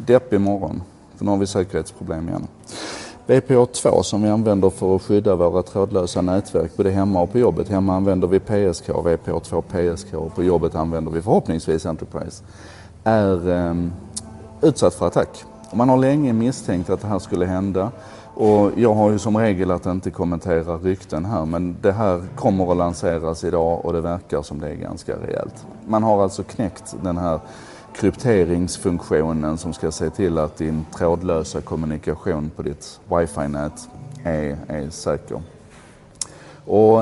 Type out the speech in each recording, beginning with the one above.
deppig morgon. För nu har vi säkerhetsproblem igen. VPA2 som vi använder för att skydda våra trådlösa nätverk både hemma och på jobbet. Hemma använder vi PSK, VPA2 PSK och på jobbet använder vi förhoppningsvis Enterprise. Är utsatt för attack. Man har länge misstänkt att det här skulle hända. Och jag har ju som regel att inte kommentera rykten här, men det här kommer att lanseras idag och det verkar som det är ganska rejält. Man har alltså knäckt den här krypteringsfunktionen som ska se till att din trådlösa kommunikation på ditt wifi-nät är säker. Och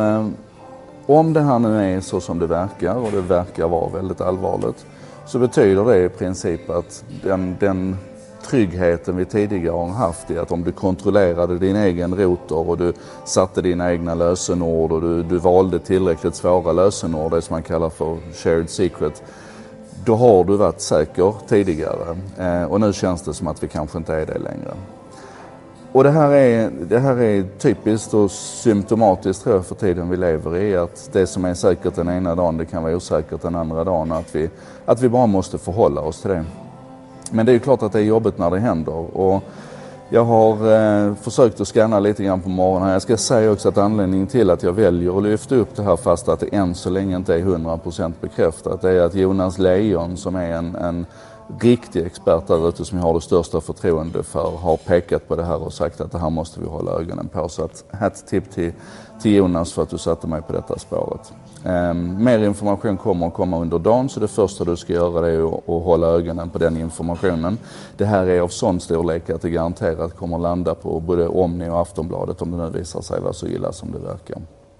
om det här nu är så som det verkar, och det verkar vara väldigt allvarligt, så betyder det i princip att den tryggheten vi tidigare har haft i att om du kontrollerade din egen router och du satte dina egna lösenord och du valde tillräckligt svåra lösenord, det som man kallar för shared secret, då har du varit säker tidigare. Och nu känns det som att vi kanske inte är det längre. Och det här är typiskt och symptomatiskt tror jag för tiden vi lever i, att det som är säkert den ena dagen, det kan vara osäkert den andra dagen, att vi bara måste förhålla oss till det. Men det är ju klart att det är jobbigt när det händer, och jag har försökt att scanna lite grann på morgonen. Jag ska säga också att anledningen till att jag väljer att lyfta upp det här fast att det än så länge inte är 100% bekräftat, det är att Jonas Lejon som är en riktig expert där ute som jag har det största förtroende för har pekat på det här och sagt att det här måste vi hålla ögonen på. Så att ett tipp till Jonas för att du satte mig på detta spåret. Mer information kommer att komma under dagen, så det första du ska göra är att hålla ögonen på den informationen. Det här är av sån storlek att det garanterat kommer att landa på både Omni och Aftonbladet om det nu visar sig vara så illa som det verkar.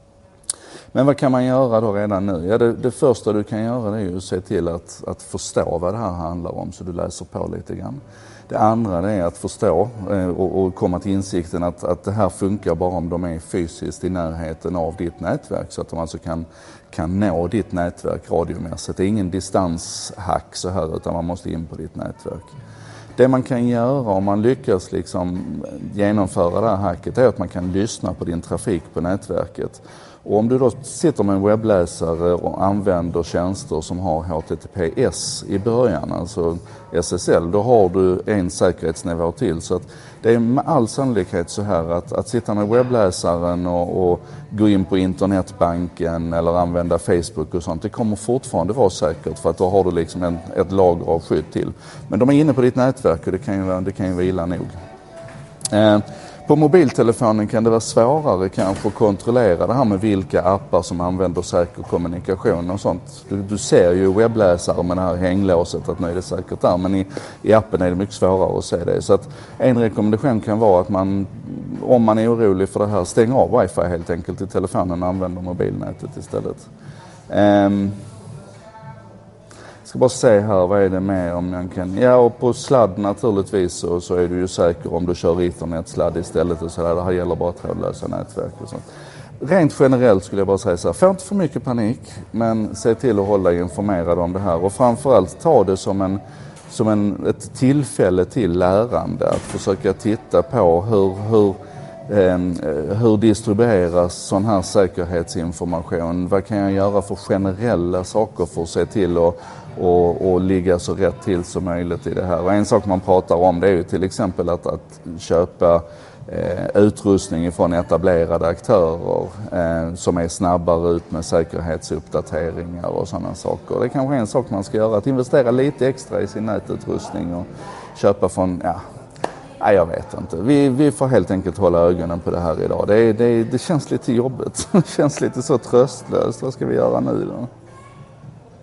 Men vad kan man göra då redan nu? Ja, det första du kan göra det är ju att se till att förstå vad det här handlar om, så du läser på lite grann. Det andra det är att förstå och komma till insikten att det här funkar bara om de är fysiskt i närheten av ditt nätverk, så att de alltså kan nå ditt nätverk radiomässigt. Det är ingen distanshack så här, utan man måste in på ditt nätverk. Det man kan göra om man lyckas genomföra det här hacket är att man kan lyssna på din trafik på nätverket. Och om du då sitter med en webbläsare och använder tjänster som har HTTPS i början, alltså SSL, då har du en säkerhetsnivå till. Så att det är med all sannolikhet så här att sitta med webbläsaren och gå in på internetbanken eller använda Facebook och sånt, det kommer fortfarande vara säkert, för att då har du ett lager av skydd till. Men de är inne på ditt nätverk och det kan ju vara illa nog. På mobiltelefonen kan det vara svårare kanske att kontrollera det här med vilka appar som använder säker kommunikation och sånt. Du ser ju webbläsare med det här hänglåset att nu är det säkert där, men i appen är det mycket svårare att se det. Så att en rekommendation kan vara att man, om man är orolig för det här, stänger av wifi helt enkelt i telefonen och använder mobilnätet istället. Jag ska bara se här, vad är det mer om jag kan... Ja, och på sladd naturligtvis så är du ju säker om du kör Ethernet-sladd istället och sådär. Det här gäller bara trådlösa nätverk och sånt. Rent generellt skulle jag bara säga så här, få inte för mycket panik, men se till att hålla dig informerad om det här. Och framförallt ta det som ett tillfälle till lärande. Att försöka titta på hur distribueras sån här säkerhetsinformation? Vad kan jag göra för generella saker för att se till och ligga så rätt till som möjligt i det här? Och en sak man pratar om, det är ju till exempel att köpa utrustning från etablerade aktörer som är snabbare ut med säkerhetsuppdateringar och sådana saker. Det är kanske en sak man ska göra, att investera lite extra i sin nätutrustning och köpa från, nej, jag vet inte. Vi får helt enkelt hålla ögonen på det här idag. Det känns lite jobbigt. Det känns lite så tröstlöst. Vad ska vi göra nu då?